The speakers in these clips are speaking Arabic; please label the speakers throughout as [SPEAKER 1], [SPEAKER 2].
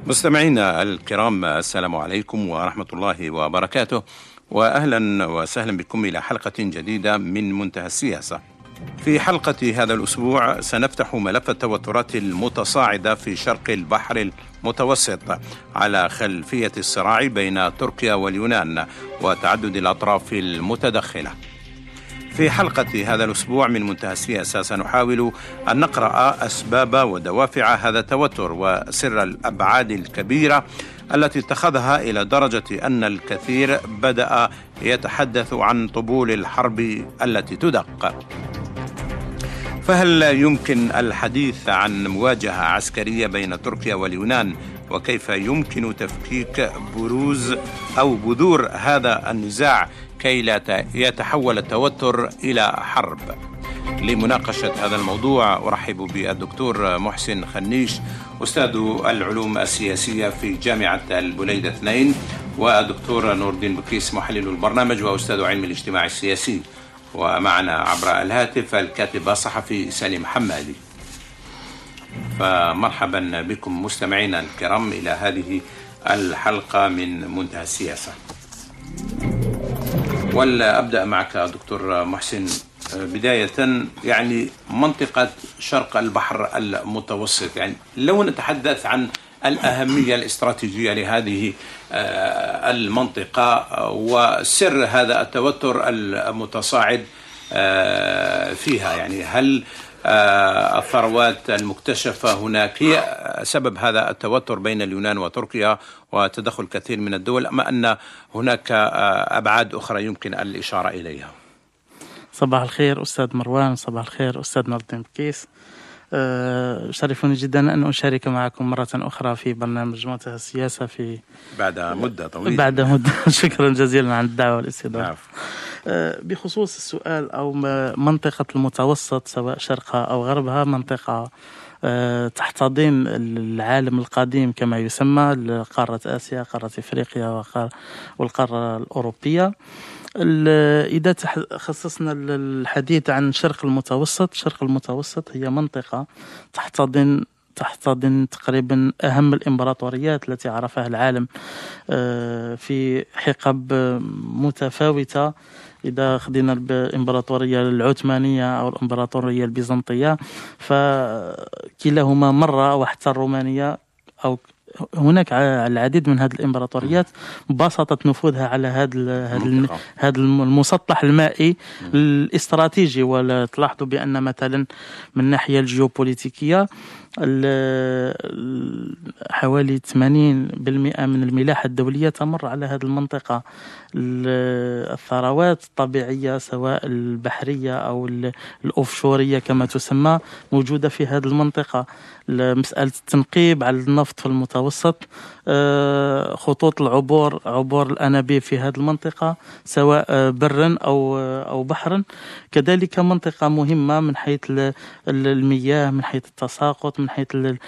[SPEAKER 1] مستمعينا الكرام، السلام عليكم ورحمة الله وبركاته، وأهلا وسهلا بكم إلى حلقة جديدة من منتهى السياسة. في حلقة هذا الأسبوع سنفتح ملف التوترات المتصاعدة في شرق البحر المتوسط على خلفية الصراع بين تركيا واليونان وتعدد الأطراف المتدخلة. في حلقة هذا الأسبوع من منتهى السياسة سنحاول أن نقرأ أسباب ودوافع هذا التوتر وسر الأبعاد الكبيرة التي اتخذها إلى درجة أن الكثير بدأ يتحدث عن طبول الحرب التي تدق. فهل يمكن الحديث عن مواجهة عسكرية بين تركيا واليونان؟ وكيف يمكن تفكيك بروز أو بذور هذا النزاع كي لا يتحول التوتر إلى حرب؟ لمناقشة هذا الموضوع أرحب بالدكتور محسن خنيش، أستاذ العلوم السياسية في جامعة البليدة 2، والدكتور نور الدين بكيس محلل البرنامج وأستاذ علم الاجتماع السياسي، ومعنا عبر الهاتف الكاتب الصحفي سليم حمادي. فمرحبا بكم مستمعينا الكرام إلى هذه الحلقة من منتهى السياسة. ولا أبدأ معك دكتور محسن، بداية يعني منطقة شرق البحر المتوسط، يعني لو نتحدث عن الأهمية الاستراتيجية لهذه المنطقة وسر هذا التوتر المتصاعد فيها، يعني هل الثروات المكتشفة هناك هي سبب هذا التوتر بين اليونان وتركيا وتدخل كثير من الدول، أما أن هناك أبعاد أخرى يمكن الإشارة إليها؟
[SPEAKER 2] صباح الخير أستاذ مروان، صباح الخير أستاذ نور الدين بكيس. شرفني جدا أن أشارك معكم مرة أخرى في برنامج منتهى السياسة
[SPEAKER 1] بعد مدة طويلة.
[SPEAKER 2] بعد مدة شكرا جزيلا على الدعوة والاستضافة. بخصوص السؤال أو منطقة المتوسط سواء شرقها أو غربها، منطقة تحتضن العالم القديم كما يسمى، قارة آسيا، قارة إفريقيا والقارة الأوروبية. إذا خصصنا الحديث عن شرق المتوسط هي منطقة تحتضن تقريبا أهم الإمبراطوريات التي عرفها العالم في حقب متفاوتة. إذا خدينا الإمبراطورية العثمانية أو الإمبراطورية البيزنطية فكلاهما مرة، وحتى الرومانية، أو هناك العديد من هذه الإمبراطوريات بسطت نفوذها على هذا المسطح المائي الاستراتيجي. ولا تلاحظوا بأن مثلا من الناحية الجيوبوليتيكية حوالي 80% من الملاحة الدولية تمر على هذه المنطقة. الثروات الطبيعية سواء البحرية أو الأوفشورية كما تسمى موجودة في هذه المنطقة. مسألة التنقيب على النفط في المتوسط، خطوط عبور الأنابيب في هذه المنطقة سواء برا أو بحرا، كذلك منطقة مهمة من حيث المياه، من حيث التساقط، من حيث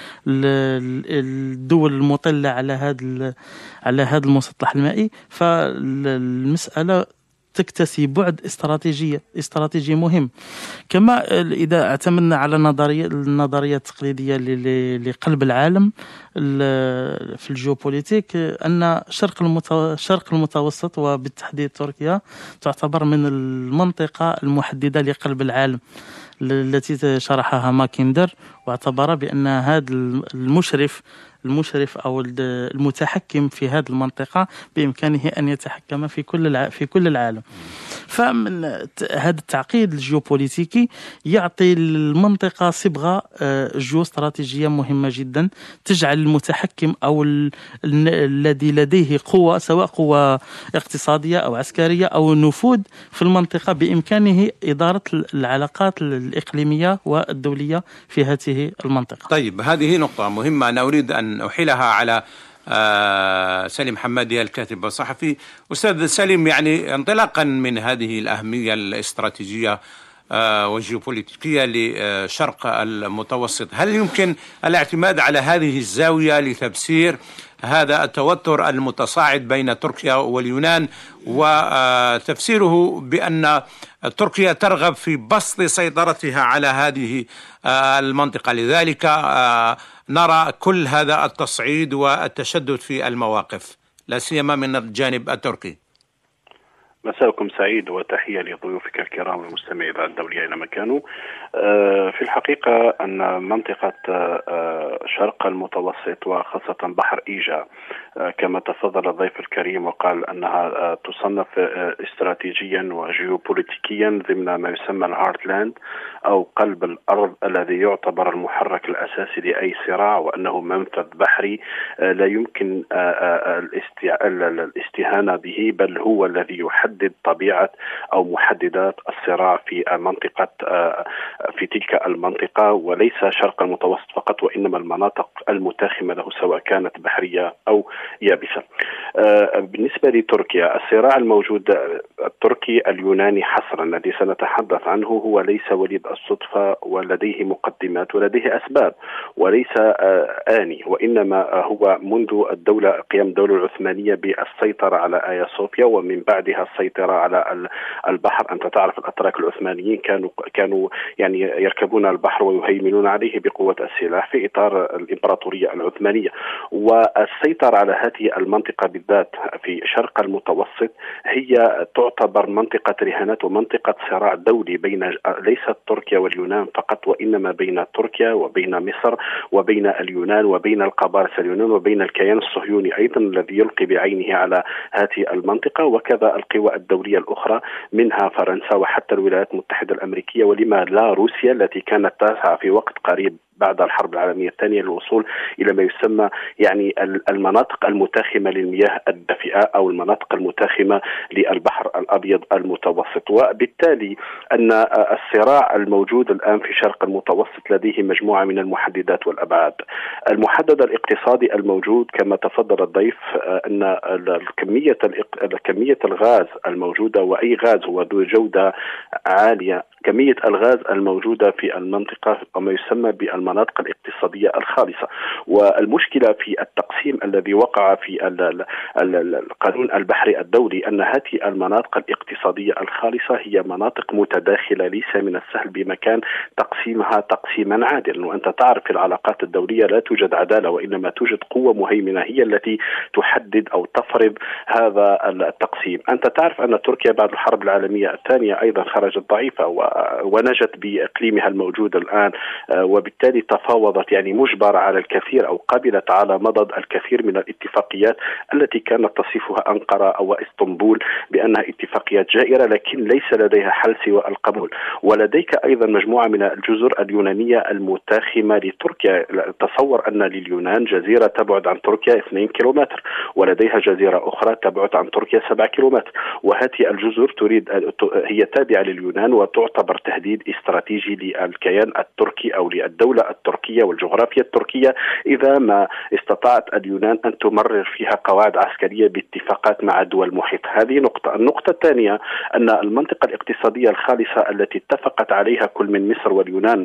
[SPEAKER 2] الدول المطلة على هذا المسطح المائي. فالمسألة تكتسي بعد استراتيجي مهم. كما إذا اعتمدنا على النظرية التقليدية لقلب العالم في الجيوبوليتيك، أن شرق المتوسط وبالتحديد تركيا تعتبر من المنطقة المحددة لقلب العالم التي شرحها ماكيندر، واعتبر بأن هذا المشرف أو المتحكم في هذه المنطقة بإمكانه أن يتحكم في كل العالم. فمن هذا التعقيد الجيوبوليتيكي يعطي المنطقة صبغة جيوستراتيجية مهمة جدا، تجعل المتحكم أو الذي لديه قوة سواء قوة اقتصادية أو عسكرية أو نفوذ في المنطقة بإمكانه إدارة العلاقات الإقليمية والدولية في هذه المنطقة.
[SPEAKER 1] طيب، هذه نقطة مهمة أنا أريد أن أحيلها على سليم حمادي الكاتب والصحفي. أستاذ سليم، يعني انطلاقا من هذه الأهمية الاستراتيجية والجيوبوليتيكية لشرق المتوسط، هل يمكن الاعتماد على هذه الزاوية لتفسير هذا التوتر المتصاعد بين تركيا واليونان، وتفسيره بأن تركيا ترغب في بسط سيطرتها على هذه المنطقة. لذلك نرى كل هذا التصعيد والتشدد في المواقف، لا سيما من الجانب التركي.
[SPEAKER 3] مساءكم سعيد وتحية لضيوفك الكرام والمستمعي إذاعة الدولية أينما كانوا. في الحقيقة أن منطقة شرق المتوسط وخاصة بحر إيجا كما تفضل الضيف الكريم وقال أنها تصنف استراتيجيا وجيوبوليتيكيا ضمن ما يسمى الهارتلاند أو قلب الأرض الذي يعتبر المحرك الأساسي لأي صراع، وأنه منفذ بحري لا يمكن الاستهانة به، بل هو الذي يحدد طبيعة أو محددات الصراع في تلك المنطقة، وليس شرق المتوسط فقط وإنما المناطق المتاخمة له سواء كانت بحرية أو يابسة. بالنسبة لتركيا، الصراع الموجود التركي اليوناني حصرا الذي سنتحدث عنه هو ليس وليد الصدفة، ولديه مقدمات ولديه أسباب، وليس آني، وإنما هو منذ قيام الدولة العثمانية بالسيطرة على آيا صوفيا ومن بعدها السيطرة على البحر. أنت تعرف الأتراك العثمانيين كانوا يعني يركبون البحر ويهيمنون عليه بقوة السلاح في إطار الإمبراطورية العثمانية، والسيطرة على هذه المنطقة بالذات في شرق المتوسط هي تعتبر منطقة رهانات ومنطقة صراع دولي بين ليست تركيا واليونان فقط، وإنما بين تركيا وبين مصر وبين اليونان وبين القبارس اليونان وبين الكيان الصهيوني أيضا الذي يلقي بعينه على هذه المنطقة، وكذا القوى الدولية الأخرى منها فرنسا وحتى الولايات المتحدة الأمريكية، ولما لا روسيا التي كانت تسعى في وقت قريب بعد الحرب العالمية الثانية للوصول إلى ما يسمى يعني المناطق المتاخمة للمياه الدافئة أو المناطق المتاخمة للبحر الأبيض المتوسط. وبالتالي أن الصراع الموجود الآن في شرق المتوسط لديه مجموعة من المحددات والأبعاد. المحدد الاقتصادي الموجود كما تفضل الضيف أن كمية الغاز الموجودة، وأي غاز هو ذو جودة عالية، كمية الغاز الموجودة في المنطقة وما يسمى بالمناطق الاقتصادية الخالصة. والمشكلة في التقسيم الذي وقع في القانون البحري الدولي أن هذه المناطق الاقتصادية الخالصة هي مناطق متداخلة، ليس من السهل بمكان تقسيمها تقسيما عادلا. وأنت تعرف في العلاقات الدولية لا توجد عدالة، وإنما توجد قوة مهيمنة هي التي تحدد أو تفرض هذا التقسيم. أنت تعرف أن تركيا بعد الحرب العالمية الثانية أيضا خرجت ضعيفة ونجت بإقليمها الموجود الآن، وبالتالي تفاوضت يعني مجبرة على الكثير أو قبلت على مضض الكثير من الاتفاقيات التي كانت تصفها أنقرة أو اسطنبول بأنها اتفاقيات جائرة، لكن ليس لديها حل سوى القبول. ولديك أيضا مجموعة من الجزر اليونانية المتاخمة لتركيا. تصور أن لليونان جزيرة تبعد عن تركيا 2 كيلومتر، ولديها جزيرة أخرى تبعد عن تركيا 7 كيلومتر، وهذه الجزر هي تابعة لليونان وتعتبر تهديد استراتيجي للكيان التركي أو للدولة التركية والجغرافيا التركية إذا ما استطاعت اليونان أن تمرر فيها قواعد عسكرية باتفاقات مع دول المحيط. هذه نقطة. النقطة الثانية أن المنطقة الاقتصادية الخالصة التي اتفقت عليها كل من مصر واليونان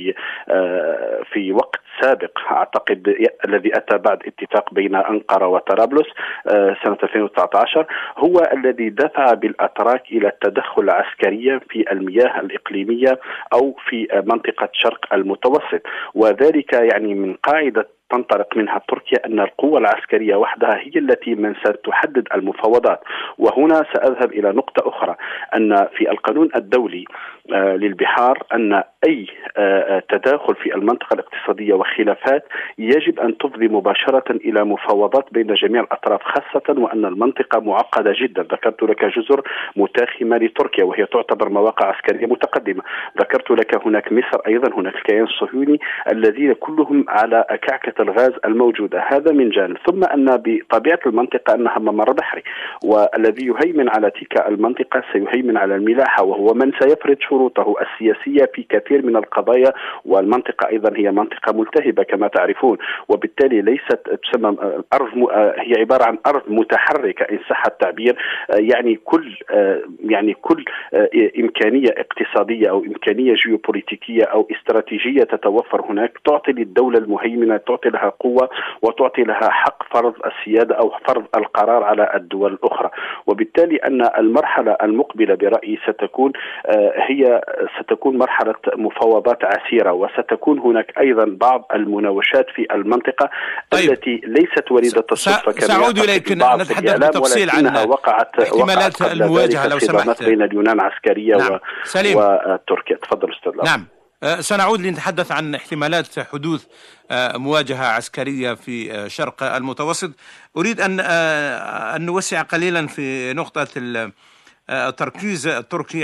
[SPEAKER 3] في وقت سابق، أعتقد الذي أتى بعد اتفاق بين أنقرة وطرابلس سنة 2019، هو الذي دفع بالأتراك إلى التدخل عسكريا في المياه الإقليمية أو في منطقة شرق المتوسط، وذلك يعني من قاعدة تنطلق منها تركيا أن القوة العسكرية وحدها هي التي من ستحدد المفاوضات. وهنا سأذهب إلى نقطة أخرى، أن في القانون الدولي للبحار أن أي تداخل في المنطقة الاقتصادية وخلافات يجب أن تفضي مباشرة إلى مفاوضات بين جميع الأطراف، خاصة وأن المنطقة معقدة جدا. ذكرت لك جزر متاخمة لتركيا وهي تعتبر مواقع عسكرية متقدمة، ذكرت لك هناك مصر أيضا، هناك الكيان الصهيوني الذين كلهم على كعكة الغاز الموجودة. هذا من جانب، ثم أن بطبيعة المنطقة أنها ممر بحري، والذي يهيمن على تلك المنطقة سيهيمن على الملاحة، وهو من سيفرض شروطه السياسية في كثير من القضايا، والمنطقة أيضا هي منطقة ملتهبة كما تعرفون، وبالتالي ليست تسمى الأرض، هي عبارة عن أرض متحركة إن صح التعبير. يعني كل إمكانية اقتصادية أو إمكانية جيوبوليتيكية أو استراتيجية تتوفر هناك تعطي للدولة المهيمنة، تعطي لها قوة وتعطي لها حق فرض السيادة أو فرض القرار على الدول الأخرى. وبالتالي أن المرحلة المقبلة برأيي ستكون مرحلة مفاوضات عسيرة، وستكون هناك أيضا بعض المناوشات في المنطقة التي ليست وليدة الصدفة.
[SPEAKER 1] سأعود إليك نتحدث بالتفصيل عن احتمالات المواجهة لو سمحت
[SPEAKER 3] بين اليونان عسكرية وتركيا. تفضل أستاذ.
[SPEAKER 1] نعم، سنعود لنتحدث عن احتمالات حدوث مواجهة عسكرية في شرق المتوسط. أريد أن نوسع قليلا في نقطة التركيز التركي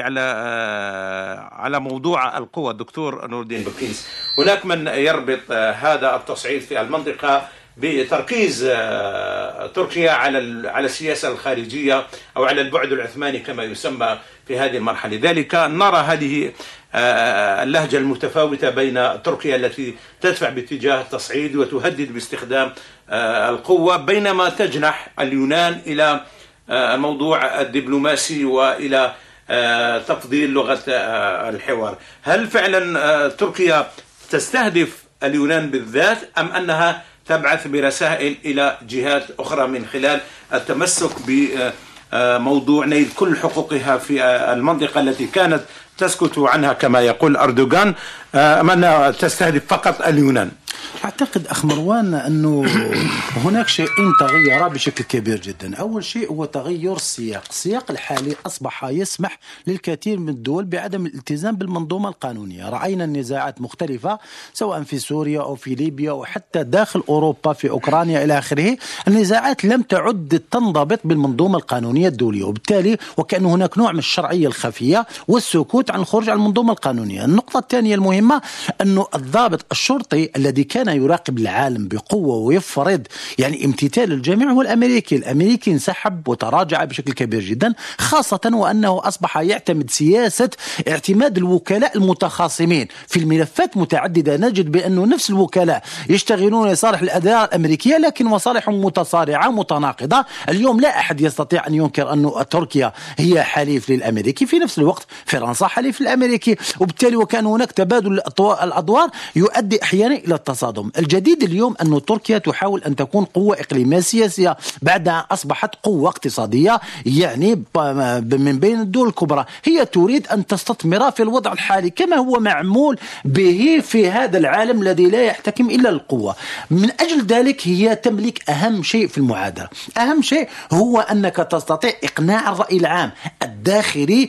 [SPEAKER 1] على موضوع القوة. الدكتور نور الدين بكيس، هناك من يربط هذا التصعيد في المنطقة بتركيز تركيا على السياسة الخارجية أو على البعد العثماني كما يسمى في هذه المرحلة. لذلك نرى هذه اللهجة المتفاوتة بين تركيا التي تدفع باتجاه التصعيد وتهدد باستخدام القوة، بينما تجنح اليونان إلى الموضوع الدبلوماسي وإلى تفضيل لغة الحوار. هل فعلا تركيا تستهدف اليونان بالذات، أم أنها تبعث برسائل إلى جهات أخرى من خلال التمسك بموضوع نيل كل حقوقها في المنطقة التي كانت تسكت عنها كما يقول أردوغان، أم أنها تستهدف فقط اليونان؟
[SPEAKER 4] أعتقد أخ مروان أنه هناك شيئين تغيرا بشكل كبير جدا. أول شيء هو تغير السياق الحالي أصبح يسمح للكثير من الدول بعدم الالتزام بالمنظومة القانونية. رأينا النزاعات مختلفة سواء في سوريا أو في ليبيا أو حتى داخل أوروبا في أوكرانيا إلى آخره. النزاعات لم تعد تنضبط بالمنظومة القانونية الدولية، وبالتالي وكأن هناك نوع من الشرعية الخفية والسكوت عن الخروج عن المنظومة القانونية. النقطة الثانية المهمة أنه الضابط الشرطي الذي كان يراقب العالم بقوة ويفرض يعني امتثال الجميع هو الأمريكي انسحب وتراجع بشكل كبير جدا، خاصة وأنه أصبح يعتمد سياسة اعتماد الوكلاء المتخاصمين في الملفات متعددة. نجد بأنه نفس الوكلاء يشتغلون لصالح الأديار الأمريكية لكن مصالحهم متصارعة متناقضة. اليوم لا أحد يستطيع أن ينكر أن تركيا هي حليف للأمريكي، في نفس الوقت فرنسا حليف الأمريكي، وبالتالي وكان هناك تبادل الأدوار يؤدي أحيانا إلى التصادم. الجديد اليوم أن تركيا تحاول أن تكون قوة إقليمية سياسية بعد أن أصبحت قوة اقتصادية يعني من بين الدول الكبرى. هي تريد أن تستثمر في الوضع الحالي كما هو معمول به في هذا العالم الذي لا يحتكم إلا القوة. من أجل ذلك هي تملك أهم شيء في المعادلة. أهم شيء هو أنك تستطيع إقناع الرأي العام الداخلي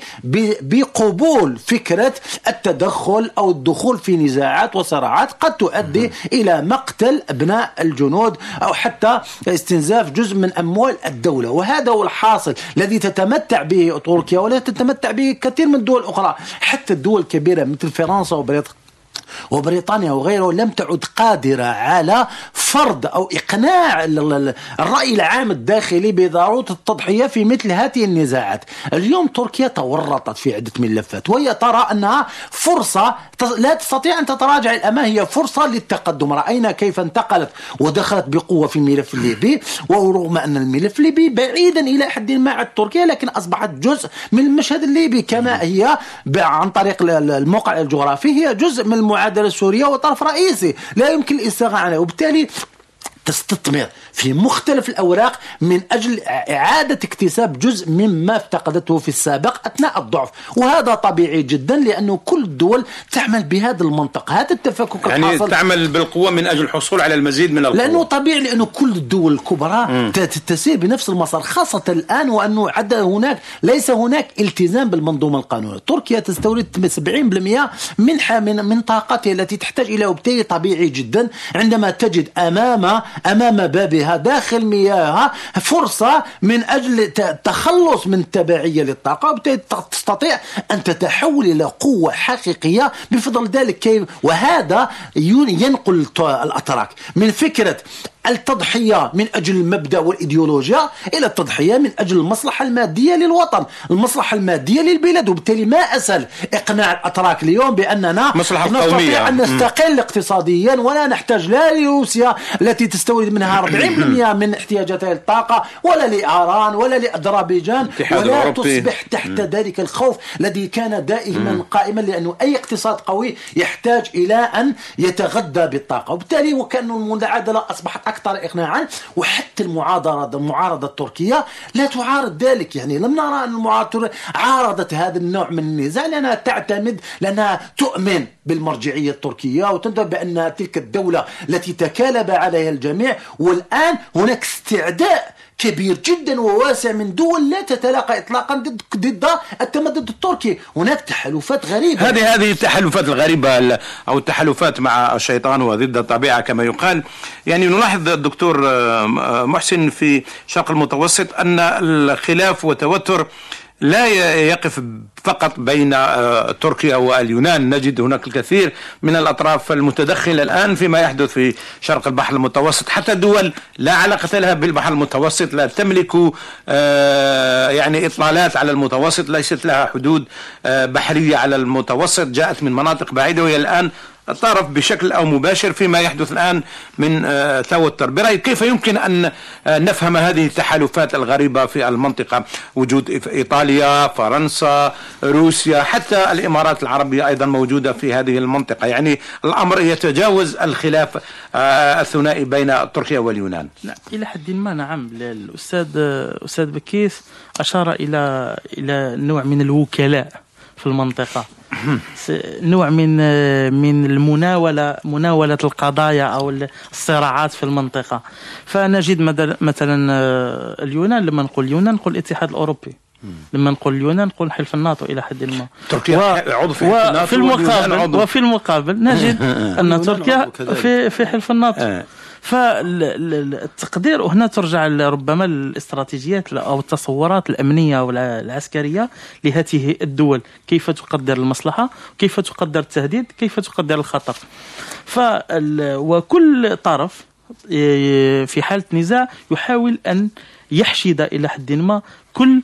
[SPEAKER 4] بقبول فكرة التدخل أو الدخول في نزاعات وصراعات قد تؤدي إلى مقتل أبناء الجنود أو حتى استنزاف جزء من أموال الدولة. وهذا هو الحاصل الذي تتمتع به تركيا ولا تتمتع به كثير من الدول الأخرى. حتى الدول الكبيرة مثل فرنسا وبريطانيا وغيره لم تعد قادرة على فرض أو إقناع الرأي العام الداخلي بضرورة التضحية في مثل هذه النزاعات. اليوم تركيا تورطت في عدة ملفات وهي ترى أنها فرصة لا تستطيع أن تتراجع الأمام، هي فرصة للتقدم. رأينا كيف انتقلت ودخلت بقوة في الملف الليبي، ورغم أن الملف الليبي بعيدا إلى حد ما عن تركيا لكن أصبحت جزء من المشهد الليبي كما هي عن طريق الموقع الجغرافي، هي جزء من المعادلة السورية وطرف رئيسي لا يمكن الاستغناء عنه، وبالتالي تستثمر في مختلف الأوراق من أجل إعادة اكتساب جزء مما افتقدته في السابق أثناء الضعف. وهذا طبيعي جدا لأنه كل الدول تعمل بهذا المنطق. هذا التفكك
[SPEAKER 1] يعني
[SPEAKER 4] الحاصل
[SPEAKER 1] تعمل بالقوة من أجل الحصول على المزيد من القوة،
[SPEAKER 4] لأنه طبيعي لأنه كل الدول الكبرى تسير بنفس المسار، خاصة الآن وأنه ليس هناك التزام بالمنظومة القانونية. تركيا تستورد 70% من طاقتها التي تحتاج إلى، وبالتالي طبيعي جدا عندما تجد أمام بابها داخل مياهها فرصة من أجل التخلص من التبعية للطاقة، وبالتالي تستطيع أن تتحول إلى قوة حقيقية بفضل ذلك. وهذا ينقل الأتراك من فكرة التضحية من أجل المبدأ والإيديولوجيا إلى التضحية من أجل المصلحة المادية للوطن، المصلحة المادية للبلاد. وبالتالي ما أسهل إقناع الأتراك اليوم بأننا نستطيع أن نستقل اقتصاديا ولا نحتاج لا لروسيا التي تستورد منها 40% من احتياجاتها للطاقة، ولا لإيران ولا لأذربيجان، ولا تصبح تحت ذلك الخوف الذي كان دائما قائما، لأنه أي اقتصاد قوي يحتاج إلى أن يتغذى بالطاقة. وبالتالي وكأن المعادلة أصبحت أكثر إقناعا. وحتى المعارضة التركية لا تعارض ذلك، يعني لم نرى أن المعارضة عارضت هذا النوع من النزاع، لأنها تعتمد، لأنها تؤمن بالمرجعية التركية وتنظر بأن تلك الدولة التي تكالب عليها الجميع. والآن هناك استعداء كبير جدا وواسع من دول لا تتلاقى اطلاقا ضد التمدد التركي. هناك تحالفات غريبه.
[SPEAKER 1] هذه التحالفات الغريبه او التحالفات مع الشيطان وضد الطبيعه كما يقال. يعني نلاحظ الدكتور محسن في الشرق المتوسط ان الخلاف والتوتر لا يقف فقط بين تركيا واليونان، نجد هناك الكثير من الأطراف المتدخلة الآن فيما يحدث في شرق البحر المتوسط، حتى دول لا علاقة لها بالبحر المتوسط، لا تملك يعني إطلالات على المتوسط، ليست لها حدود بحرية على المتوسط، جاءت من مناطق بعيدة وهي الآن طرف بشكل أو مباشر فيما يحدث الآن من توتر. برأيك كيف يمكن أن نفهم هذه التحالفات الغريبة في المنطقة؟ وجود إيطاليا، فرنسا، روسيا، حتى الإمارات العربية أيضا موجودة في هذه المنطقة، يعني الأمر يتجاوز الخلاف الثنائي بين تركيا واليونان.
[SPEAKER 2] لا إلى حد ما نعم. الأستاذ بكيس أشار إلى نوع من الوكلاء في المنطقة، نوع من مناولة القضايا أو الصراعات في المنطقة. فنجد مثلا اليونان، لما نقول اليونان نقول الاتحاد الأوروبي، لما نقول اليونان نقول حلف الناطو إلى حد ما.
[SPEAKER 1] تركيا عضو في حلف الناطو،
[SPEAKER 2] وفي المقابل نجد أن تركيا في حلف الناطو. فالتقدير هنا ترجع ربما الاستراتيجيات أو التصورات الأمنية والعسكرية لهذه الدول، كيف تقدر المصلحة، كيف تقدر التهديد، كيف تقدر الخطر. وكل طرف في حالة نزاع يحاول أن يحشد إلى حد ما كل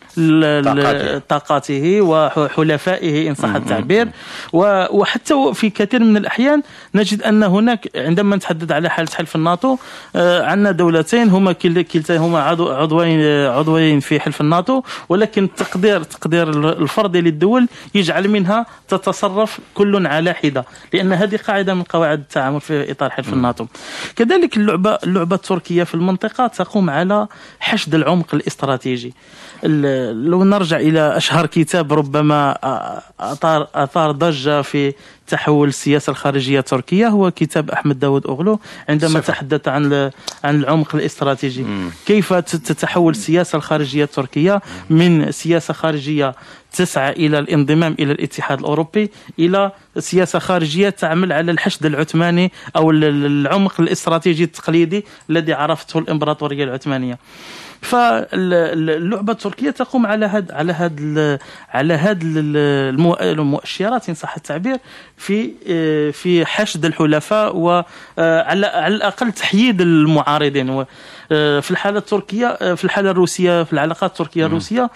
[SPEAKER 2] طاقاته وحلفائه إن صح التعبير. وحتى في كثير من الأحيان نجد أن هناك، عندما نتحدث على حالة حلف الناتو، عندنا دولتين هما كلتاهما عضوين في حلف الناتو، ولكن تقدير الفردي للدول يجعل منها تتصرف كل على حدة، لأن هذه قاعدة من قواعد التعامل في إطار حلف الناتو. كذلك اللعبة التركية في المنطقة تقوم على حشد العمق الاستراتيجي. لو نرجع إلى أشهر كتاب ربما أثار ضجة في تحول السياسة الخارجية التركية هو كتاب أحمد داود أوغلو، عندما تحدث عن العمق الاستراتيجي. كيف تتحول السياسة الخارجية التركية من سياسة خارجية تسعى إلى الانضمام إلى الاتحاد الأوروبي إلى سياسة خارجية تعمل على الحشد العثماني أو العمق الاستراتيجي التقليدي الذي عرفته الإمبراطورية العثمانية. فاللعبة التركية تقوم على هذا المؤشرات إن صح التعبير في حشد الحلفاء وعلى الأقل تحييد المعارضين. في الحالة التركية، في الحالة الروسية، في العلاقات التركية الروسية،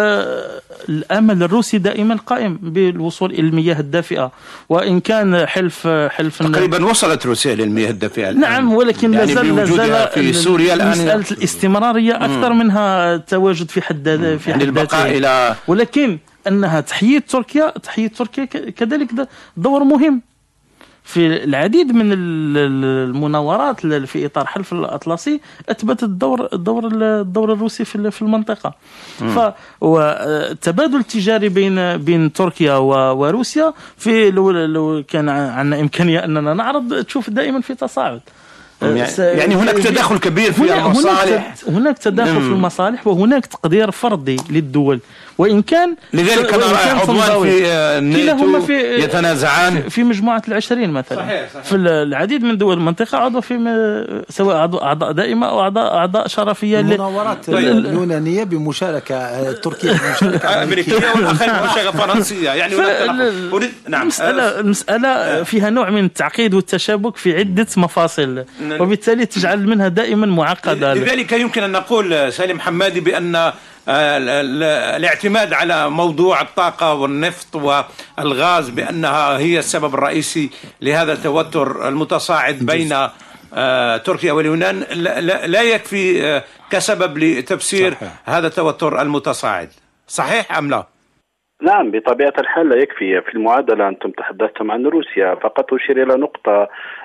[SPEAKER 2] الأمل الروسي دائما قائم بالوصول إلى المياه الدافئة، وإن كان حلف
[SPEAKER 1] تقريبا وصلت روسيا للمياه الدافئة.
[SPEAKER 2] نعم، ولكن
[SPEAKER 1] يعني لازال
[SPEAKER 2] في
[SPEAKER 1] سوريا الآن
[SPEAKER 2] مسألة الاستمرارية أكثر منها التواجد في حد
[SPEAKER 1] يعني البقاء إلى،
[SPEAKER 2] ولكن أنها تحييد تركيا كذلك دور مهم في العديد من المناورات في إطار حلف الأطلسي. أثبتت الدور الروسي في المنطقة. فالتبادل التجاري بين تركيا وروسيا لو كان عندنا إمكانية أننا نعرض تشوف دائما في تصاعد.
[SPEAKER 1] يعني هناك تدخل كبير في المصالح،
[SPEAKER 2] هناك تدخل في المصالح، وهناك تقدير فردي للدول، وإن كان
[SPEAKER 1] لذلك كان عضوان في الناتو يتنازعان
[SPEAKER 2] في مجموعة 20 مثلا. صحيح. في العديد من دول المنطقة عضو في سواء أعضاء دائمة أو أعضاء شرفية.
[SPEAKER 4] المناورات اليونانية بمشاركة تركيا، بمشاركة
[SPEAKER 1] أمريكية، والآخر بمشاركة فرنسية. يعني
[SPEAKER 2] نعم، المسألة فيها نوع من التعقيد والتشابك في عدة مفاصل. وبالتالي تجعل منها دائما معقدة.
[SPEAKER 1] لذلك يمكن أن نقول سالم حمادي بأن الاعتماد على موضوع الطاقة والنفط والغاز بأنها هي السبب الرئيسي لهذا التوتر المتصاعد بين تركيا واليونان لا يكفي كسبب لتفسير هذا التوتر المتصاعد، صحيح أم لا؟
[SPEAKER 3] نعم، بطبيعة الحال لا يكفي. في المعادلة أنتم تحدثتم عن روسيا، فقط أشير إلى نقطة.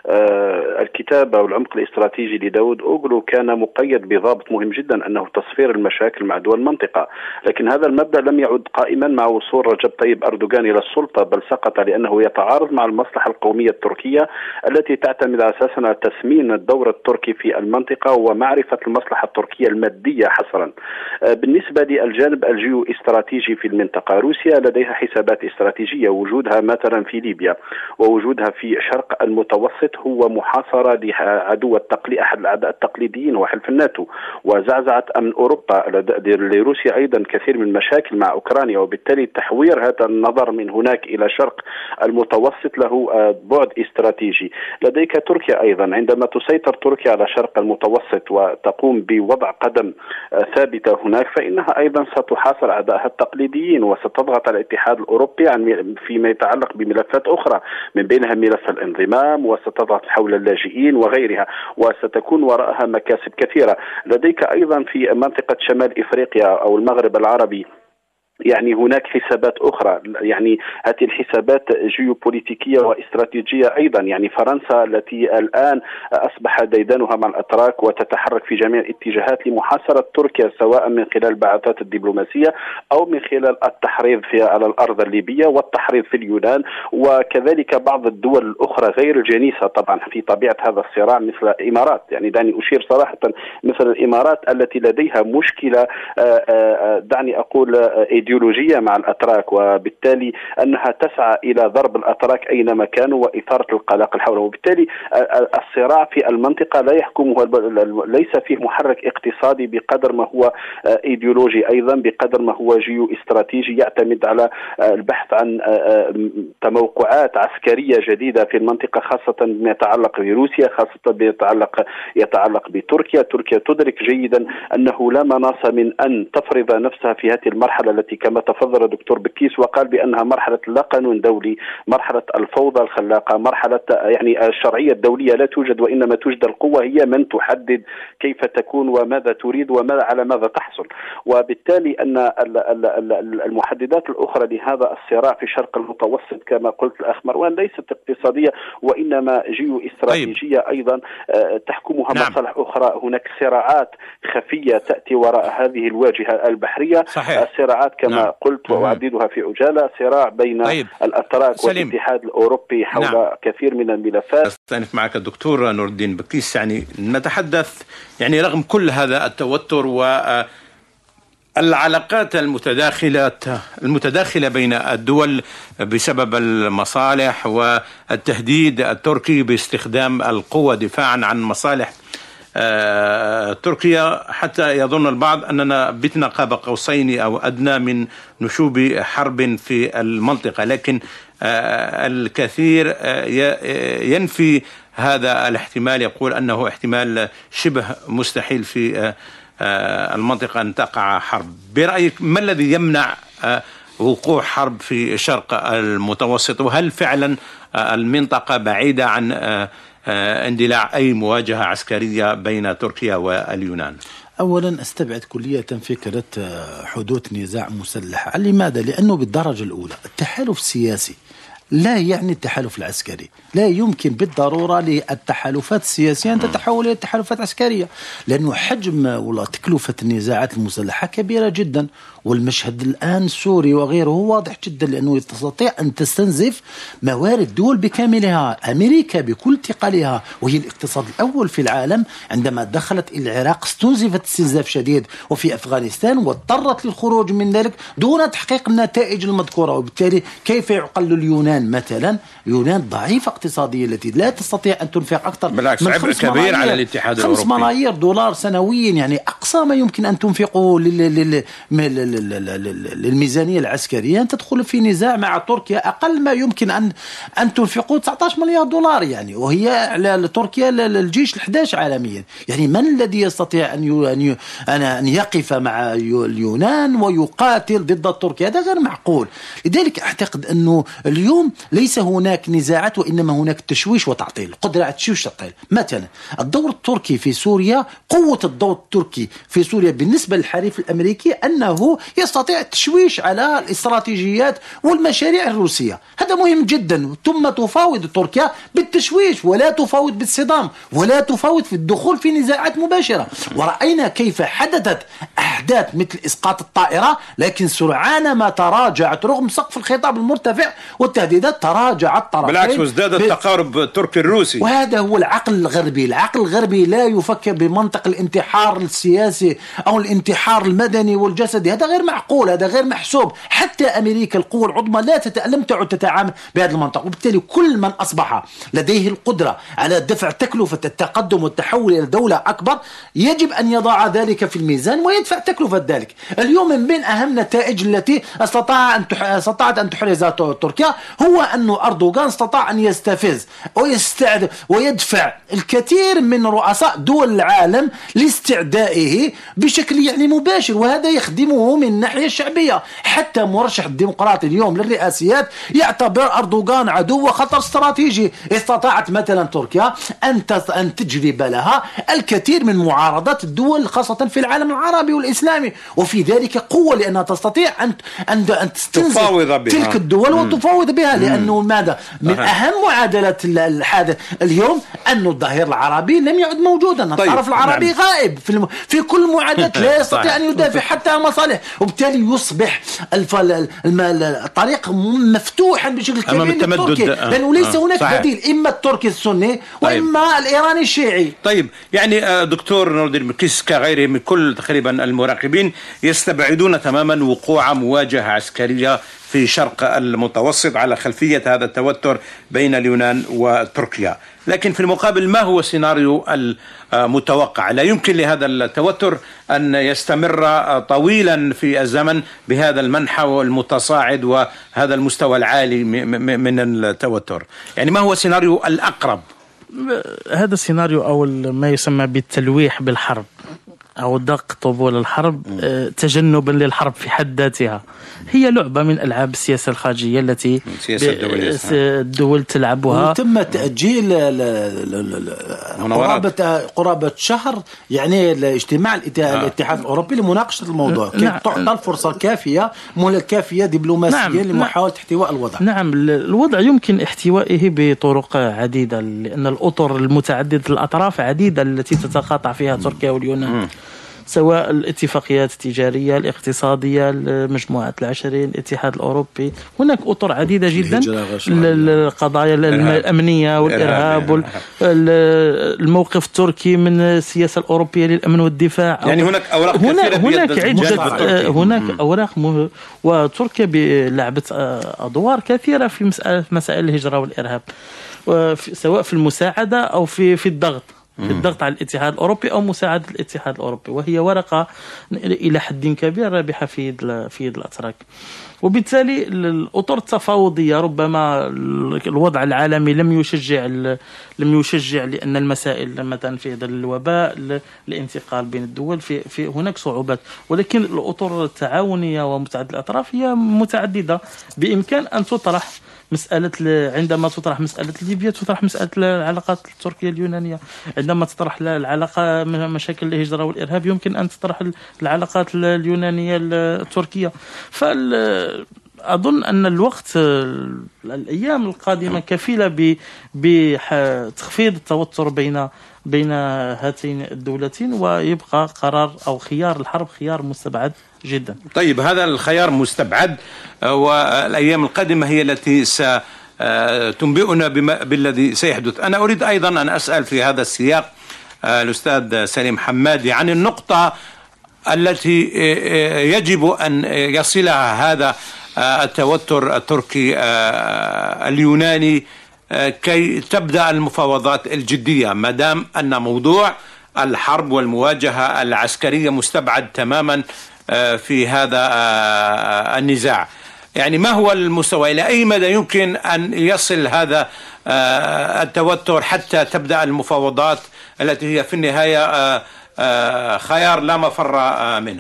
[SPEAKER 3] الكتابة والعمق الاستراتيجي لداود أوغلو كان مقيد بضابط مهم جدا، أنه تصفير المشاكل مع دول المنطقة، لكن هذا المبدأ لم يعد قائما مع وصول رجب طيب أردوغان إلى السلطة، بل سقط لأنه يتعارض مع المصلحة القومية التركية التي تعتمد أساسا على تسمين الدور التركي في المنطقة ومعرفة المصلحة التركية المادية حصرا. بالنسبة للجانب الجيو استراتيجي في المنطقة، روسيا لديها حسابات استراتيجية، وجودها مثلا في ليبيا ووجودها في شرق المتوسط هو محاصرة لعدو أحد الأعداء التقليديين وحلف الناتو، وزعزعة أمن أوروبا. لروسيا أيضا كثير من المشاكل مع أوكرانيا، وبالتالي تحوير هذا النظر من هناك إلى شرق المتوسط له بعد استراتيجي. لديك تركيا أيضا، عندما تسيطر تركيا على شرق المتوسط وتقوم بوضع قدم ثابتة هناك، فإنها أيضا ستحاصر أعدائها التقليديين وستضغط على الاتحاد الأوروبي فيما يتعلق بملفات أخرى، من بينها ملف الانضمام، وستضغط حول اللاجئين وغيرها، وستكون وراءها مكاسب كثيرة. لديك أيضا في منطقة شمال إفريقيا أو المغرب العربي يعني هناك حسابات أخرى، يعني هذه الحسابات جيوبوليتيكية واستراتيجية أيضا. يعني فرنسا التي الآن أصبح ديدانها مع الأتراك وتتحرك في جميع الاتجاهات لمحاصرة تركيا، سواء من خلال البعثات الدبلوماسية أو من خلال التحريض على الأرض الليبية والتحريض في اليونان، وكذلك بعض الدول الأخرى غير الجنيسة طبعا في طبيعة هذا الصراع، مثل الإمارات. يعني دعني أشير صراحة مثل الإمارات التي لديها مشكلة دعني أقول إيديولوجية مع الأتراك، وبالتالي أنها تسعى إلى ضرب الأتراك أينما كانوا وإثارة القلق حولهم. وبالتالي الصراع في المنطقة لا يحكمه، ليس فيه محرك اقتصادي بقدر ما هو إيديولوجي، أيضا بقدر ما هو جيو استراتيجي يعتمد على البحث عن تموقعات عسكرية جديدة في المنطقة، خاصة ما يتعلق بروسيا، خاصة يتعلق بتركيا. تركيا تدرك جيدا أنه لا مناص من أن تفرض نفسها في هذه المرحلة التي كما تفضل الدكتور بكيس وقال بأنها مرحلة لا قانون دولي، مرحلة الفوضى الخلاقة، مرحلة يعني الشرعية الدولية لا توجد، وإنما توجد القوة هي من تحدد كيف تكون وماذا تريد على ماذا تحصل. وبالتالي أن المحددات الأخرى لهذا الصراع في شرق المتوسط كما قلت الأخ مروان ليست اقتصادية، وإنما جيو استراتيجية أيضا تحكمها مصالح أخرى. هناك صراعات خفية تأتي وراء هذه الواجهة البحرية، صراعات كما قلت وأعددها في عجالة، صراع بين الأتراك والاتحاد الأوروبي حول كثير من الملفات.
[SPEAKER 1] أستأنف معك الدكتور نور الدين بكيس. يعني نتحدث يعني رغم كل هذا التوتر والعلاقات المتداخلة بين الدول بسبب المصالح والتهديد التركي باستخدام القوة دفاعا عن مصالح تركيا، حتى يظن البعض أننا بتنا قاب قوسين أو أدنى من نشوب حرب في المنطقة، لكن الكثير ينفي هذا الاحتمال، يقول أنه احتمال شبه مستحيل في المنطقة أن تقع حرب. برأيك ما الذي يمنع وقوع حرب في شرق المتوسط؟ وهل فعلا المنطقة بعيدة عن اندلاع أي مواجهة عسكرية بين تركيا واليونان؟
[SPEAKER 4] أولا أستبعد كلية فكرة حدوث نزاع مسلح. لماذا؟ لأنه بالدرجة الأولى التحالف السياسي لا يعني التحالف العسكري. لا يمكن بالضرورة للتحالفات السياسية أن تتحول إلى تحالفات عسكرية، لأنه حجم ولا تكلفة النزاعات المسلحة كبيرة جدا، والمشهد الآن سوري وغيره واضح جدا، لأنه تستطيع أن تستنزف موارد دول بكاملها. أمريكا بكل ثقلها وهي الاقتصاد الأول في العالم عندما دخلت العراق استنزفت استنزاف شديد، وفي أفغانستان واضطرت للخروج من ذلك دون تحقيق النتائج المذكورة. وبالتالي كيف يعقل اليونان مثلا؟ اليونان ضعيفة اقتصادية التي لا تستطيع أن تنفق أكثر
[SPEAKER 1] بالعكس من عبء كبير على الاتحاد الأوروبي،
[SPEAKER 4] 5 ملايير دولار سنويا، يعني أقصى ما يمكن أن تنفقه للميزانية العسكرية أن تدخل في نزاع مع تركيا. أقل ما يمكن أن تنفقوا 19 مليار دولار يعني، وهي على تركيا الجيش ال11 عالميا. يعني من الذي يستطيع أن يقف مع اليونان ويقاتل ضد تركيا؟ هذا غير معقول. لذلك أعتقد أنه اليوم ليس هناك نزاعات، وإنما هناك تشويش وتعطيل، قدرة على التشويش والتعطيل. مثلا الدور التركي في سوريا، قوة الدور التركي في سوريا بالنسبة للحليف الأمريكي أنه يستطيع التشويش على الاستراتيجيات والمشاريع الروسية. هذا مهم جدا. ثم تفاوض تركيا بالتشويش ولا تفاوض بالصدام ولا تفاوض في الدخول في نزاعات مباشرة. ورأينا كيف حدثت أحداث مثل إسقاط الطائرة، لكن سرعان ما تراجعت رغم سقف الخطاب المرتفع والتهديدات، تراجع الطرفين
[SPEAKER 1] بالعكس وازداد التقارب التركي الروسي.
[SPEAKER 4] وهذا هو العقل الغربي. العقل الغربي لا يفكر بمنطق الانتحار السياسي أو الانتحار المدني والجسدي. هذا غير معقول، هذا غير محسوب. حتى أمريكا القوة العظمى لم تعد تتعامل بهذا المنطق. وبالتالي كل من أصبح لديه القدرة على دفع تكلفة التقدم والتحول إلى دولة أكبر يجب أن يضع ذلك في الميزان ويدفع تكلفة ذلك. اليوم من بين أهم نتائج التي استطاعت أن تحرزها تركيا هو أن أردوغان استطاع أن يستفز ويستعد ويدفع الكثير من رؤساء دول العالم لاستعدائه بشكل يعني مباشر، وهذا يخدمه من الناحية الشعبية. حتى مرشح الديمقراطي اليوم للرئاسيات يعتبر أردوغان عدو وخطر استراتيجي. استطاعت مثلا تركيا أن تجلب لها الكثير من معارضات الدول خاصة في العالم العربي والإسلامي، وفي ذلك قوة لأنها تستطيع أن تستنزف تلك الدول وتفاوض بها. لأنه ماذا؟ من أهم معادلات الحادث اليوم أن الظهير العربي لم يعد موجودا. الطرف العربي غائب في كل معادلات، لا يستطيع أن يدافع حتى عن مصالح، وبالتالي يصبح الطريق مفتوحا بشكل كبير للتركي، لأنه ليس هناك بديل، إما التركي السني وإما الإيراني الشيعي.
[SPEAKER 1] طيب يعني دكتور نور الدين مكيس كغيره من كل تقريبا المراقبين يستبعدون تماما وقوع مواجهة عسكرية في شرق المتوسط على خلفية هذا التوتر بين اليونان وتركيا، لكن في المقابل ما هو السيناريو المتوقع؟ لا يمكن لهذا التوتر أن يستمر طويلا في الزمن بهذا المنحى المتصاعد وهذا المستوى العالي من التوتر. يعني ما هو السيناريو الأقرب؟
[SPEAKER 2] هذا السيناريو أو ما يسمى بالتلويح بالحرب أو دق طبول الحرب تجنبا للحرب في حد ذاتها، هي لعبة من ألعاب السياسة الخارجية التي الدول تلعبها.
[SPEAKER 4] وتم تأجيل قرابة شهر يعني الاجتماع الاتحاد الأوروبي لمناقشة الموضوع. كيف تعطى الفرصة الكافية دبلوماسية لمحاولة احتواء الوضع.
[SPEAKER 2] نعم، الوضع يمكن احتوائه بطرق عديدة، لأن الأطر المتعددة الأطراف عديدة التي تتقاطع فيها تركيا واليونان، سواء الاتفاقيات التجارية الاقتصادية المجموعة العشرين الاتحاد الأوروبي. هناك أطر عديدة جدا، القضايا الأمنية والإرهاب الموقف التركي من السياسة الأوروبية للأمن والدفاع.
[SPEAKER 1] يعني هناك أوراق كثيرة،
[SPEAKER 2] هناك أوراق وتركيا لعبت أدوار كثيرة في مسائل الهجرة والإرهاب، سواء في المساعدة أو في الضغط على الاتحاد الأوروبي أو مساعدة الاتحاد الأوروبي، وهي ورقة إلى حد كبير رابحة في يد الأتراك. وبالتالي الأطر التفاوضية ربما الوضع العالمي لم يشجع لأن المسائل مثلا في هذا الوباء الانتقال بين الدول في هناك صعوبات، ولكن الأطر التعاونية ومتعددة الأطراف هي متعددة. بإمكان أن تطرح مسألة عندما تطرح مسألة ليبيا تطرح مسألة العلاقات التركية اليونانية، عندما تطرح العلاقة مشاكل الهجرة والإرهاب يمكن أن تطرح العلاقات اليونانية التركية. أظن أن الوقت الأيام القادمة كفيلة بتخفيض التوتر بين هاتين الدولتين، ويبقى قرار أو خيار الحرب خيار مستبعد جدا.
[SPEAKER 1] طيب هذا الخيار مستبعد، والأيام القادمة هي التي ستنبئنا بالذي سيحدث. أنا أريد أيضا أن أسأل في هذا السياق الأستاذ سليم حمادي عن النقطة التي يجب أن يصلها هذا التوتر التركي اليوناني كي تبدأ المفاوضات الجدية، ما دام أن موضوع الحرب والمواجهة العسكرية مستبعد تماما في هذا النزاع. يعني ما هو المستوى، إلى أي مدى يمكن أن يصل هذا التوتر حتى تبدأ المفاوضات التي هي في النهاية خيار لا مفر منه؟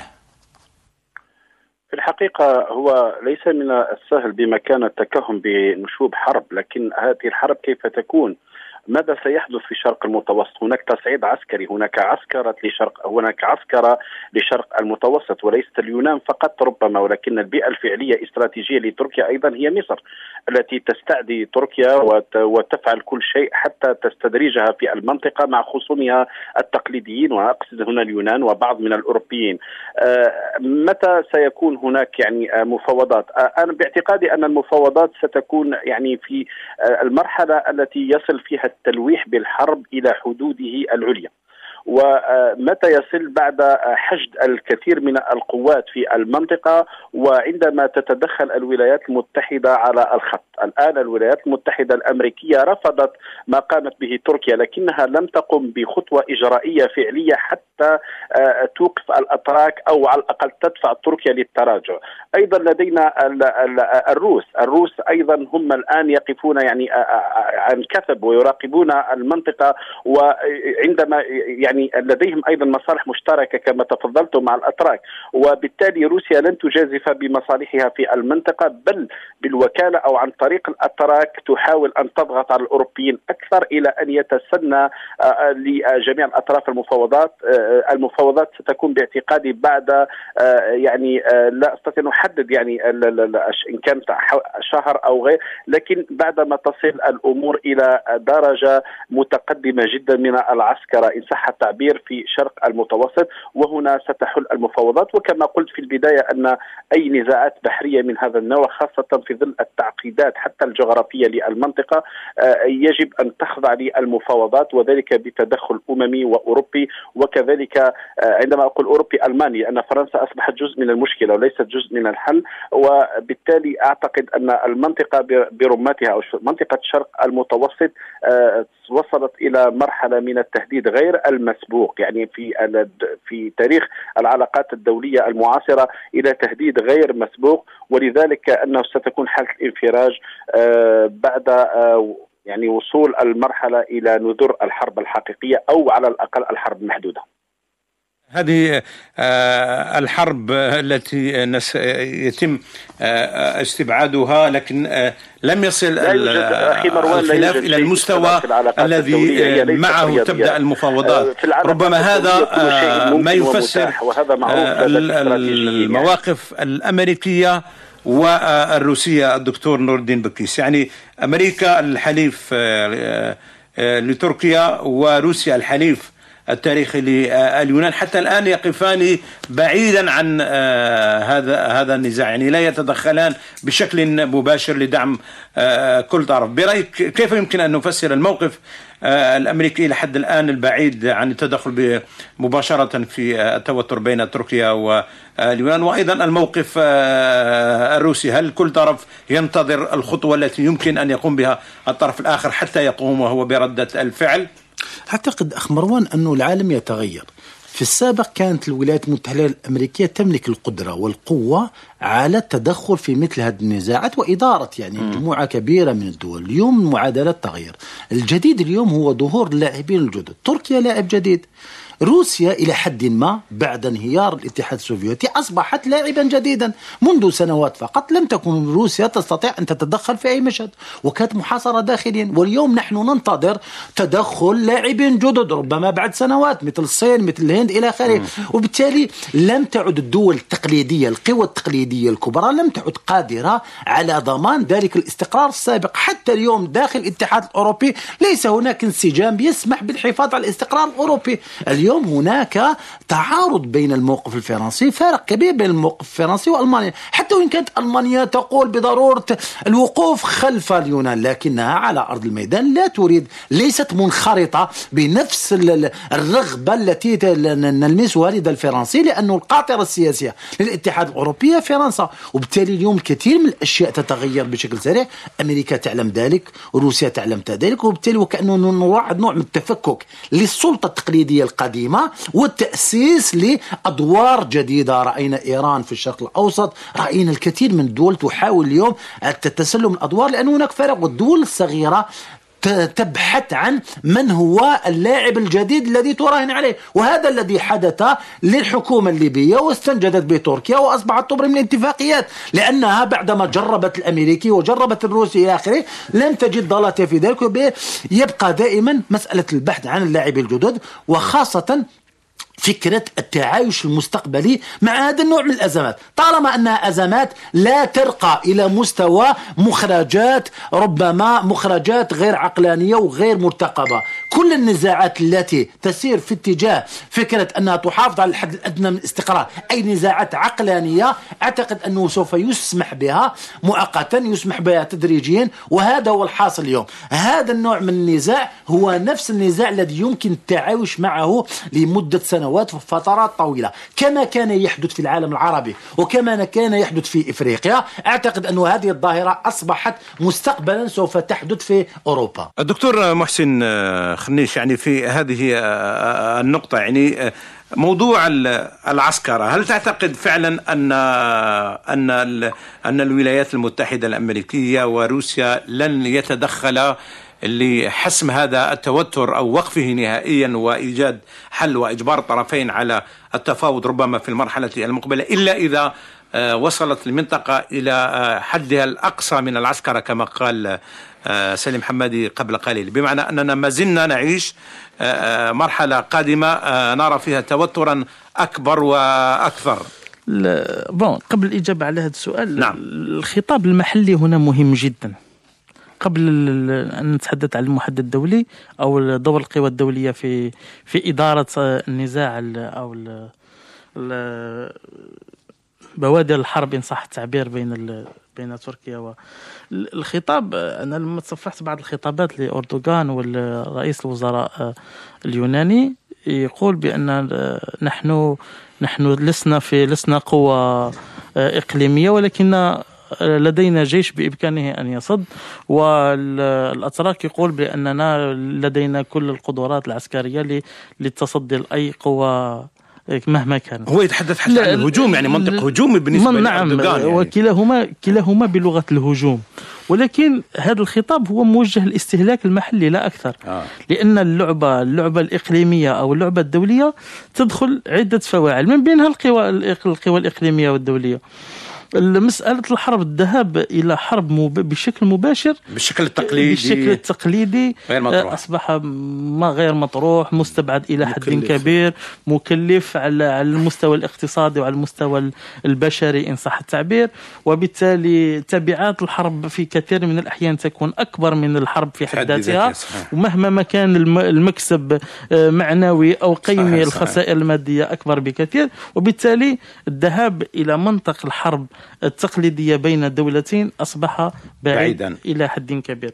[SPEAKER 3] في الحقيقة هو ليس من السهل بمكان التكهن بنشوب حرب، لكن هذه الحرب كيف تكون؟ ماذا سيحدث في الشرق المتوسط؟ هناك تصعيد عسكري، هناك عسكرة لشرق المتوسط، وليست اليونان فقط ربما، ولكن البيئة الفعلية الاستراتيجية لتركيا أيضا هي مصر التي تستعدي تركيا وتفعل كل شيء حتى تستدرجها في المنطقة مع خصومها التقليديين، وأقصد هنا اليونان وبعض من الأوروبيين. متى سيكون هناك يعني مفاوضات؟ أنا باعتقادي أن المفاوضات ستكون يعني في المرحلة التي يصل فيها التلويح بالحرب إلى حدوده العليا، ومتى يصل بعد حشد الكثير من القوات في المنطقة وعندما تتدخل الولايات المتحدة على الخط. الآن الولايات المتحدة الأمريكية رفضت ما قامت به تركيا، لكنها لم تقم بخطوة إجرائية فعلية حتى توقف الأتراك أو على الأقل تدفع تركيا للتراجع. أيضا لدينا الروس أيضا هم الآن يقفون يعني عن كثب ويراقبون المنطقة، وعندما يعني لديهم أيضا مصالح مشتركة كما تفضلت مع الأتراك، وبالتالي روسيا لن تجازف بمصالحها في المنطقة، بل بالوكالة أو عن طريق الأتراك تحاول أن تضغط على الأوروبيين أكثر إلى أن يتسنى لجميع الأطراف المفاوضات ستكون باعتقادي بعد يعني لا أستطيع أن أحدد يعني إن كانت شهر أو غير، لكن بعدما تصل الأمور إلى درجة متقدمة جدا من العسكرة إن صح التعبير في شرق المتوسط، وهنا ستحل المفاوضات. وكما قلت في البداية أن أي نزاعات بحرية من هذا النوع خاصة في ظل التعقيدات حتى الجغرافية للمنطقة يجب أن تخضع للمفاوضات، وذلك بتدخل أممي وأوروبي، وكذلك عندما أقول أوروبي ألماني لأن فرنسا أصبحت جزء من المشكلة وليست جزء من الحل. وبالتالي أعتقد أن المنطقة برمتها أو منطقة شرق المتوسط وصلت إلى مرحلة من التهديد غير المسبوق يعني في تاريخ العلاقات الدولية المعاصرة إلى تهديد غير مسبوق، ولذلك أنه ستكون حالة الانفراج بعد يعني وصول المرحلة إلى نذر الحرب الحقيقية أو على الأقل الحرب المحدودة.
[SPEAKER 1] هذه الحرب التي يتم استبعادها، لكن لم يصل الخلاف إلى المستوى الذي معه تبدأ المفاوضات. ربما هذا ما يفسر المواقف الأمريكية والروسية. الدكتور نور الدين بكيس، يعني أمريكا الحليف لتركيا وروسيا الحليف التاريخي لليونان حتى الآن يقفان بعيدا عن هذا النزاع، يعني لا يتدخلان بشكل مباشر لدعم كل طرف. برأيك كيف يمكن أن نفسر الموقف الأمريكي لحد الآن البعيد عن التدخل مباشرة في التوتر بين تركيا واليونان، وأيضا الموقف الروسي؟ هل كل طرف ينتظر الخطوة التي يمكن أن يقوم بها الطرف الآخر حتى يقوم وهو بردة الفعل؟
[SPEAKER 4] أعتقد أخ مروان أنه العالم يتغير. في السابق كانت الولايات المتحدة الأمريكية تملك القدرة والقوة على التدخل في مثل هذه النزاعات وإدارة يعني مجموعة كبيرة من الدول. اليوم المعادلات تغير. الجديد اليوم هو ظهور اللاعبين الجدد. تركيا لاعب جديد، روسيا إلى حد ما بعد انهيار الاتحاد السوفيتي أصبحت لاعبا جديدا. منذ سنوات فقط لم تكن روسيا تستطيع أن تتدخل في أي مشهد وكانت محاصرة داخليا، واليوم نحن ننتظر تدخل لاعبين جدد ربما بعد سنوات مثل الصين مثل الهند إلى آخره. وبالتالي لم تعد الدول التقليدية القوى التقليدية الكبرى لم تعد قادرة على ضمان ذلك الاستقرار السابق. حتى اليوم داخل الاتحاد الأوروبي ليس هناك انسجام يسمح بالحفاظ على الاستقرار الأوروبي. اليوم هناك تعارض بين الموقف الفرنسي، فارق كبير بين الموقف الفرنسي وألمانيا، حتى وإن كانت ألمانيا تقول بضرورة الوقوف خلف اليونان، لكنها على أرض الميدان لا تريد، ليست منخرطة بنفس الرغبة التي نلمسها لدى الفرنسي، لأنه القاطرة السياسية للاتحاد الأوروبي فرنسا. وبالتالي اليوم الكثير من الأشياء تتغير بشكل سريع. أمريكا تعلم ذلك وروسيا تعلم ذلك، وبالتالي وكأنه نوع من التفكك للسلطة التقليدية القديمة قديمة والتأسيس لأدوار جديدة. رأينا إيران في الشرق الأوسط، رأينا الكثير من الدول تحاول اليوم تتسلم الأدوار، لأن هناك فرق، والدول الصغيرة تبحث عن من هو اللاعب الجديد الذي تراهن عليه، وهذا الذي حدث للحكومة الليبية واستنجدت بتركيا وأصبحت تبرم الاتفاقيات، لأنها بعدما جربت الأمريكي وجربت الروسي إلى آخره لم تجد ضالتها في ذلك. يبقى دائما مسألة البحث عن اللاعبين الجدد، وخاصة فكرة التعايش المستقبلي مع هذا النوع من الأزمات، طالما أنها أزمات لا ترقى إلى مستوى مخرجات، ربما مخرجات غير عقلانية وغير مرتقبة. كل النزاعات التي تسير في اتجاه فكرة أنها تحافظ على الحد الأدنى من الاستقرار، أي نزاعات عقلانية، أعتقد أنه سوف يسمح بها مؤقتا، يسمح بها تدريجيا، وهذا هو الحاصل اليوم. هذا النوع من النزاع هو نفس النزاع الذي يمكن التعايش معه لمدة سنوات وفترات طويلة، كما كان يحدث في العالم العربي وكما كان يحدث في إفريقيا. أعتقد أن هذه الظاهرة أصبحت مستقبلا سوف تحدث في أوروبا.
[SPEAKER 1] الدكتور محسن خنيش، يعني في هذه النقطة، يعني موضوع العسكرة، هل تعتقد فعلا أن الولايات المتحدة الأمريكية وروسيا لن يتدخلا لحسم هذا التوتر أو وقفه نهائيا وإيجاد حل وإجبار الطرفين على التفاوض ربما في المرحلة المقبلة، إلا إذا وصلت المنطقة إلى حدها الأقصى من العسكرة كما قال سليم حمادي قبل قليل، بمعنى أننا ما زلنا نعيش مرحلة قادمة نرى فيها توترا أكبر وأكثر؟
[SPEAKER 2] قبل الإجابة على هذا السؤال،
[SPEAKER 1] نعم.
[SPEAKER 2] الخطاب المحلي هنا مهم جدا. قبل أن نتحدث عن المحدد الدولي أو دور القوى الدولية في إدارة النزاع أو بوادر الحرب إن صح التعبير بين تركيا والخطاب. أنا لما تصفحت بعض الخطابات لأردوغان والرئيس الوزراء اليوناني، يقول بأن نحن لسنا قوة إقليمية، ولكن لدينا جيش بإمكانه أن يصد، والأتراك يقول بأننا لدينا كل القدرات العسكرية للتصدي لأي قوة مهما كان.
[SPEAKER 1] هو يتحدث حتى عن الهجوم، يعني منطق هجومي بالنسبة لأردوغان،
[SPEAKER 2] يعني. وكلاهما بلغة الهجوم، ولكن هذا الخطاب هو موجه للاستهلاك المحلي لا أكثر. لأن اللعبة الإقليمية أو اللعبة الدولية تدخل عدة فواعل، من بينها القوى الإقليمية والدولية. مسألة الحرب، الذهاب إلى حرب بشكل مباشر، بالشكل التقليدي
[SPEAKER 1] غير مطروح.
[SPEAKER 2] أصبح غير مطروح، مستبعد إلى حد كبير، مكلف على المستوى الاقتصادي وعلى المستوى البشري إن صح التعبير، وبالتالي تبعات الحرب في كثير من الأحيان تكون أكبر من الحرب في حد ذاتها، ومهما ما كان المكسب معنوي أو قيمي، الخسائر المادية أكبر بكثير، وبالتالي الذهاب إلى منطق الحرب التقليدية بين الدولتين أصبح بعيدا إلى حد كبير.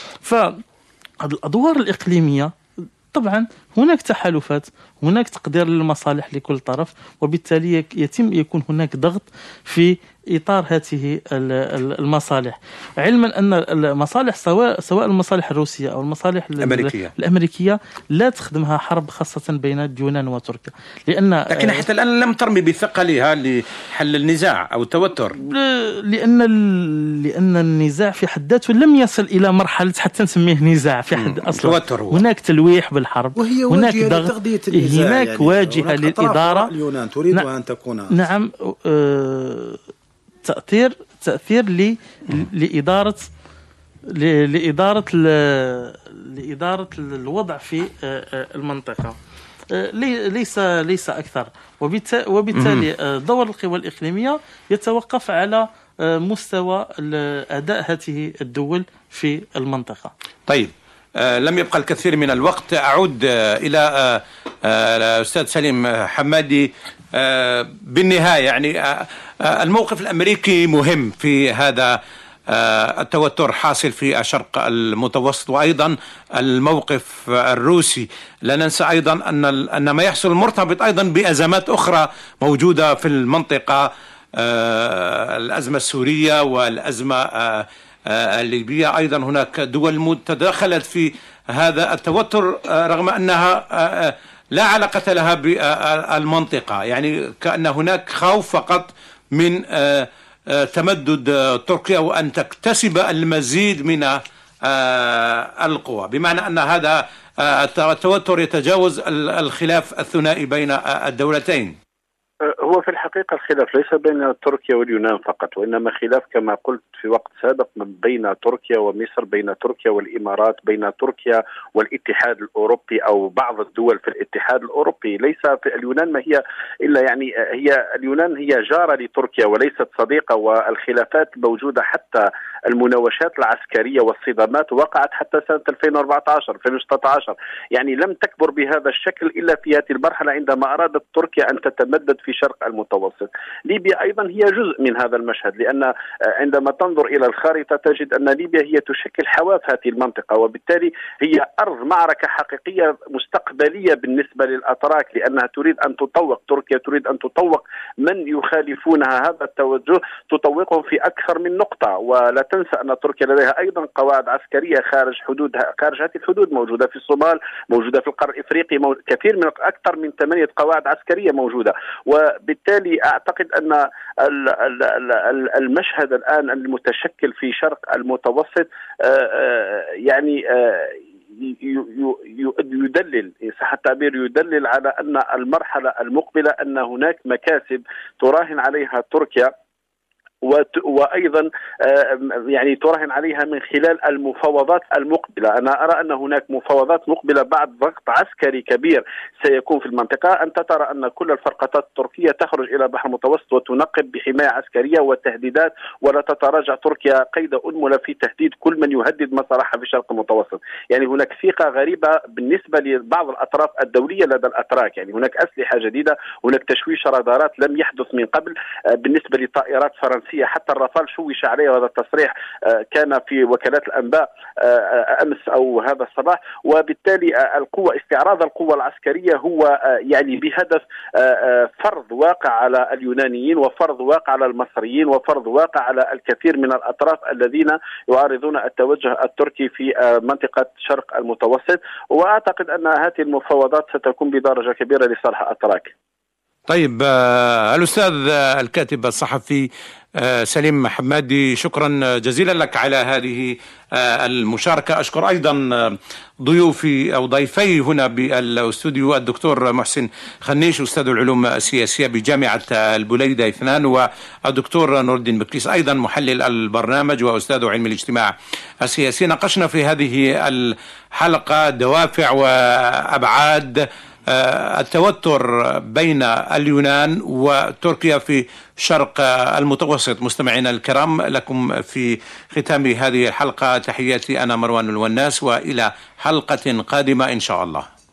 [SPEAKER 2] فالأدوار الإقليمية طبعا هناك تحالفات، هناك تقدير للمصالح لكل طرف، وبالتالي يكون هناك ضغط في إطار هذه المصالح، علما أن المصالح سواء المصالح الروسية أو المصالح الأمريكية لا تخدمها حرب، خاصة بين اليونان وتركيا،
[SPEAKER 1] لكن حتى الآن لم ترمي بثقلها لحل النزاع أو التوتر،
[SPEAKER 2] لأن النزاع في حد ذاته لم يصل إلى مرحلة حتى نسميه نزاع في حد أصلا. هناك تلويح بالحرب، هناك ضغط، هناك يعني واجهة للإدارة.
[SPEAKER 4] اليونان تريد أن تكون
[SPEAKER 2] نعم تأثير لإدارة الوضع في المنطقة، ليس أكثر. وبالتالي دور القوى الإقليمية يتوقف على مستوى أداء هذه الدول في المنطقة.
[SPEAKER 1] طيب، لم يبقى الكثير من الوقت. أعود إلى الأستاذ سليم حمادي. بالنهاية يعني الموقف الأمريكي مهم في هذا التوتر حاصل في الشرق المتوسط، وأيضا الموقف الروسي. لا ننسى أيضا أن ما يحصل مرتبط أيضا بأزمات أخرى موجودة في المنطقة، الأزمة السورية والأزمة الليبية. أيضا هناك دول تدخلت في هذا التوتر رغم أنها لا علاقة لها بالمنطقة، يعني كأن هناك خوف فقط من تمدد تركيا وأن تكتسب المزيد من القوى، بمعنى أن هذا التوتر يتجاوز الخلاف الثنائي بين الدولتين.
[SPEAKER 3] هو في الحقيقة الخلاف ليس بين تركيا واليونان فقط، وإنما خلاف كما قلت في وقت سابق بين تركيا ومصر، بين تركيا والإمارات، بين تركيا والاتحاد الأوروبي أو بعض الدول في الاتحاد الأوروبي. ليس في اليونان ما هي إلا يعني اليونان هي جارة لتركيا وليست صديقة، والخلافات موجودة، حتى المناوشات العسكرية والصدامات وقعت حتى سنة 2014 2016، يعني لم تكبر بهذا الشكل إلا في هذه المرحلة عندما أرادت تركيا أن تتمدد في شرق المتوسط. ليبيا أيضا هي جزء من هذا المشهد، لأن عندما تنظر إلى الخارطة تجد أن ليبيا هي تشكل حواف هذه المنطقة، وبالتالي هي أرض معركة حقيقية مستقبلية بالنسبة للأتراك، لأنها تريد أن تطوق، تركيا تريد أن تطوق من يخالفونها هذا التوجه، تطوقهم في أكثر من نقطة. ولا تنسى أن تركيا لديها أيضا قواعد عسكرية خارج هذه الحدود، موجودة في الصومال، موجودة في القرن الإفريقي، كثير من أكثر من 8 قواعد عسكرية موجودة. وبالتالي أعتقد أن المشهد الآن المتشكل في شرق المتوسط يعني يدلل، صح التعبير، يدلل على أن المرحلة المقبلة أن هناك مكاسب تراهن عليها تركيا، وأيضا يعني تراهن عليها من خلال المفاوضات المقبلة. أنا أرى أن هناك مفاوضات مقبلة بعد ضغط عسكري كبير سيكون في المنطقة. أنت ترى أن كل الفرقاطات التركية تخرج إلى البحر المتوسط وتنقب بحماية عسكرية وتهديدات، ولا تتراجع تركيا قيد أنملة في تهديد كل من يهدد مصالحها في الشرق المتوسط. يعني هناك ثقة غريبة بالنسبة لبعض الأطراف الدولية لدى الأتراك، يعني هناك أسلحة جديدة، هناك تشويش رادارات لم يحدث من قبل بالنسبة لطائرات فرنسية، حتى الرافال شوش عليه، وهذا التصريح كان في وكالات الأنباء أمس أو هذا الصباح. وبالتالي القوة، استعراض القوة العسكرية هو يعني بهدف فرض واقع على اليونانيين، وفرض واقع على المصريين، وفرض واقع على الكثير من الأطراف الذين يعارضون التوجه التركي في منطقة شرق المتوسط. وأعتقد أن هذه المفاوضات ستكون بدرجة كبيرة لصالح الأتراك.
[SPEAKER 1] طيب، الأستاذ الكاتب الصحفي سليم محمدي، شكرا جزيلا لك على هذه المشاركة. أشكر أيضا ضيوفي أو ضيفي هنا بالاستوديو، الدكتور محسن خنيش أستاذ العلوم السياسية بجامعة البليدة 2، والدكتور نور الدين بكريس أيضا محلل البرنامج وأستاذ علم الاجتماع السياسي. ناقشنا في هذه الحلقة دوافع وأبعاد التوتر بين اليونان وتركيا في شرق المتوسط. مستمعينا الكرام، لكم في ختام هذه الحلقة تحياتي أنا مروان الوناس، وإلى حلقة قادمة إن شاء الله.